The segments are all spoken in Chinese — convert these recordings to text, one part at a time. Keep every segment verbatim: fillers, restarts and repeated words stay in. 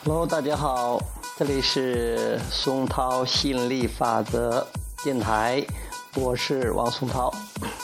Hello， 大家好，这里是松涛吸引力法则电台，我是王松涛。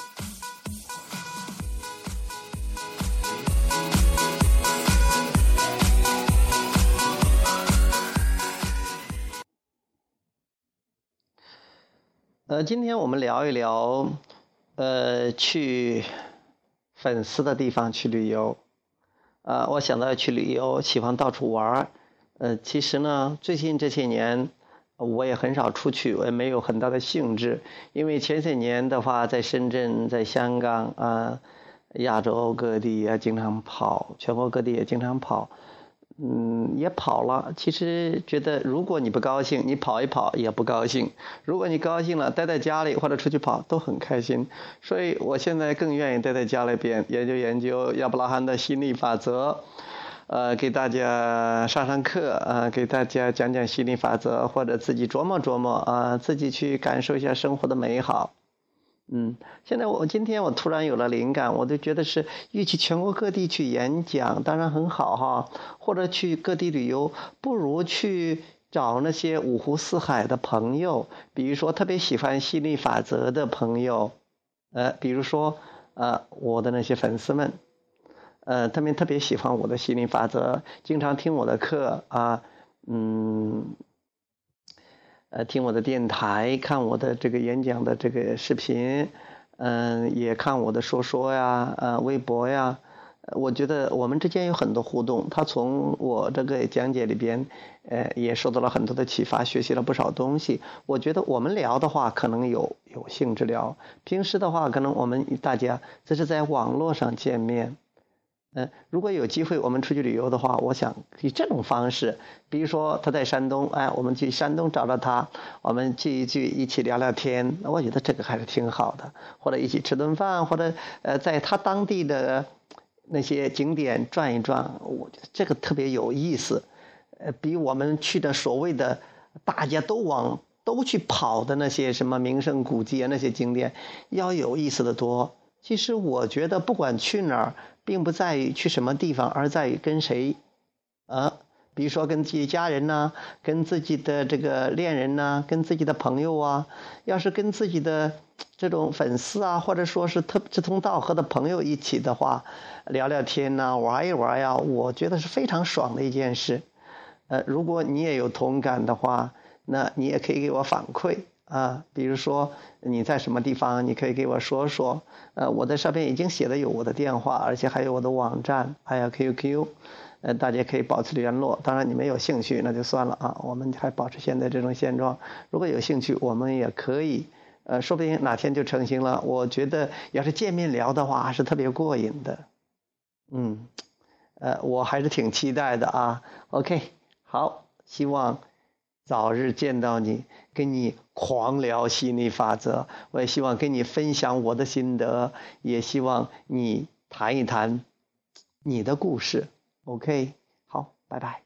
呃，今天我们聊一聊，呃，去粉丝的地方去旅游。呃，我想到要去旅游，喜欢到处玩。呃，其实呢，最近这些年，我也很少出去，我也没有很大的兴致，因为前些年的话，在深圳、在香港啊、呃，亚洲各地也经常跑，全国各地也经常跑。嗯，也跑了。其实觉得，如果你不高兴，你跑一跑也不高兴；如果你高兴了，待在家里或者出去跑都很开心。所以我现在更愿意待在家里边研究研究亚伯拉罕的心理法则，呃，给大家上上课啊、呃，给大家讲讲心理法则，或者自己琢磨琢磨啊、呃，自己去感受一下生活的美好。嗯，现在我今天我突然有了灵感，我就觉得是，与其全国各地去演讲，当然很好哈，或者去各地旅游，不如去找那些五湖四海的朋友，比如说特别喜欢心理法则的朋友，呃，比如说呃我的那些粉丝们，呃，他们特别喜欢我的心理法则，经常听我的课啊，嗯。呃，听我的电台，看我的这个演讲的这个视频，嗯、呃，也看我的说说呀，呃，微博呀，我觉得我们之间有很多互动。他从我这个讲解里边，呃，也受到了很多的启发，学习了不少东西。我觉得我们聊的话，可能有有兴致聊；平时的话，可能我们大家这是在网络上见面。呃，如果有机会我们出去旅游的话，我想以这种方式，比如说他在山东，哎，我们去山东找到他，我们聚一聚，一起聊聊天，我觉得这个还是挺好的。或者一起吃顿饭，或者呃，在他当地的那些景点转一转，我觉得这个特别有意思，呃，比我们去的所谓的大家都往都去跑的那些什么名胜古迹啊，那些景点要有意思的多。其实我觉得不管去哪儿，并不在于去什么地方，而在于跟谁啊，比如说跟自己家人呐、啊，跟自己的这个恋人呐、啊，跟自己的朋友啊。要是跟自己的这种粉丝啊，或者说是特志同道合的朋友一起的话，聊聊天呐、啊，玩一玩呀，我觉得是非常爽的一件事。呃，如果你也有同感的话，那你也可以给我反馈啊，比如说你在什么地方，你可以给我说说。呃，我在上面已经写的有我的电话，而且还有我的网站，还有 Q Q， 呃，大家可以保持联络。当然你没有兴趣那就算了啊，我们还保持现在这种现状。如果有兴趣，我们也可以，呃，说不定哪天就成型了。我觉得要是见面聊的话，还是特别过瘾的。嗯，呃，我还是挺期待的啊。OK， 好，希望早日见到你，跟你狂聊心理法则。我也希望跟你分享我的心得，也希望你谈一谈你的故事。OK， 好，拜拜。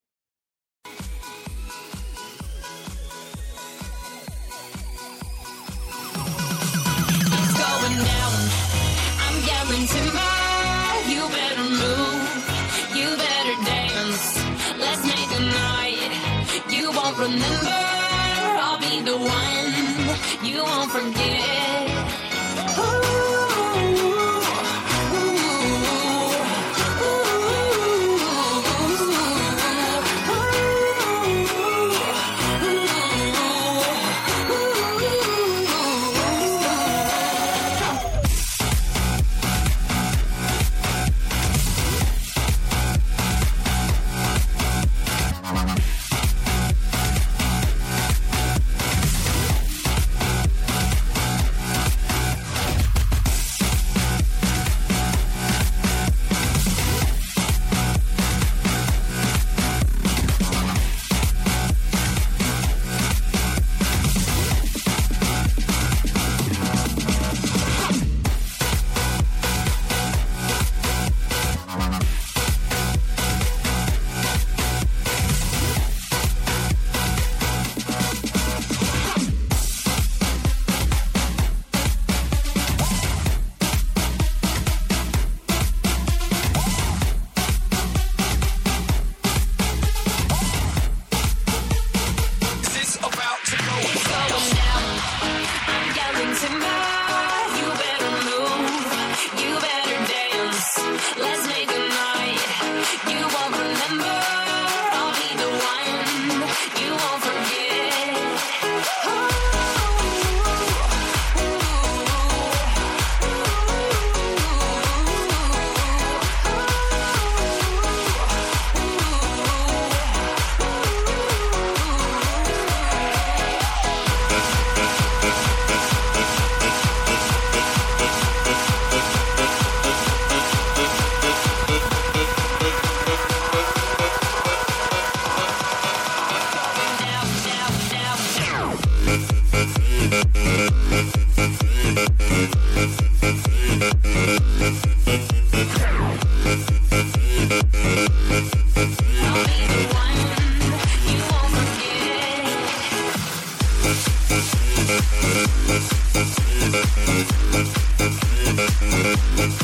Remember, I'll be the one you won't forget. I'll be the one you won't forget.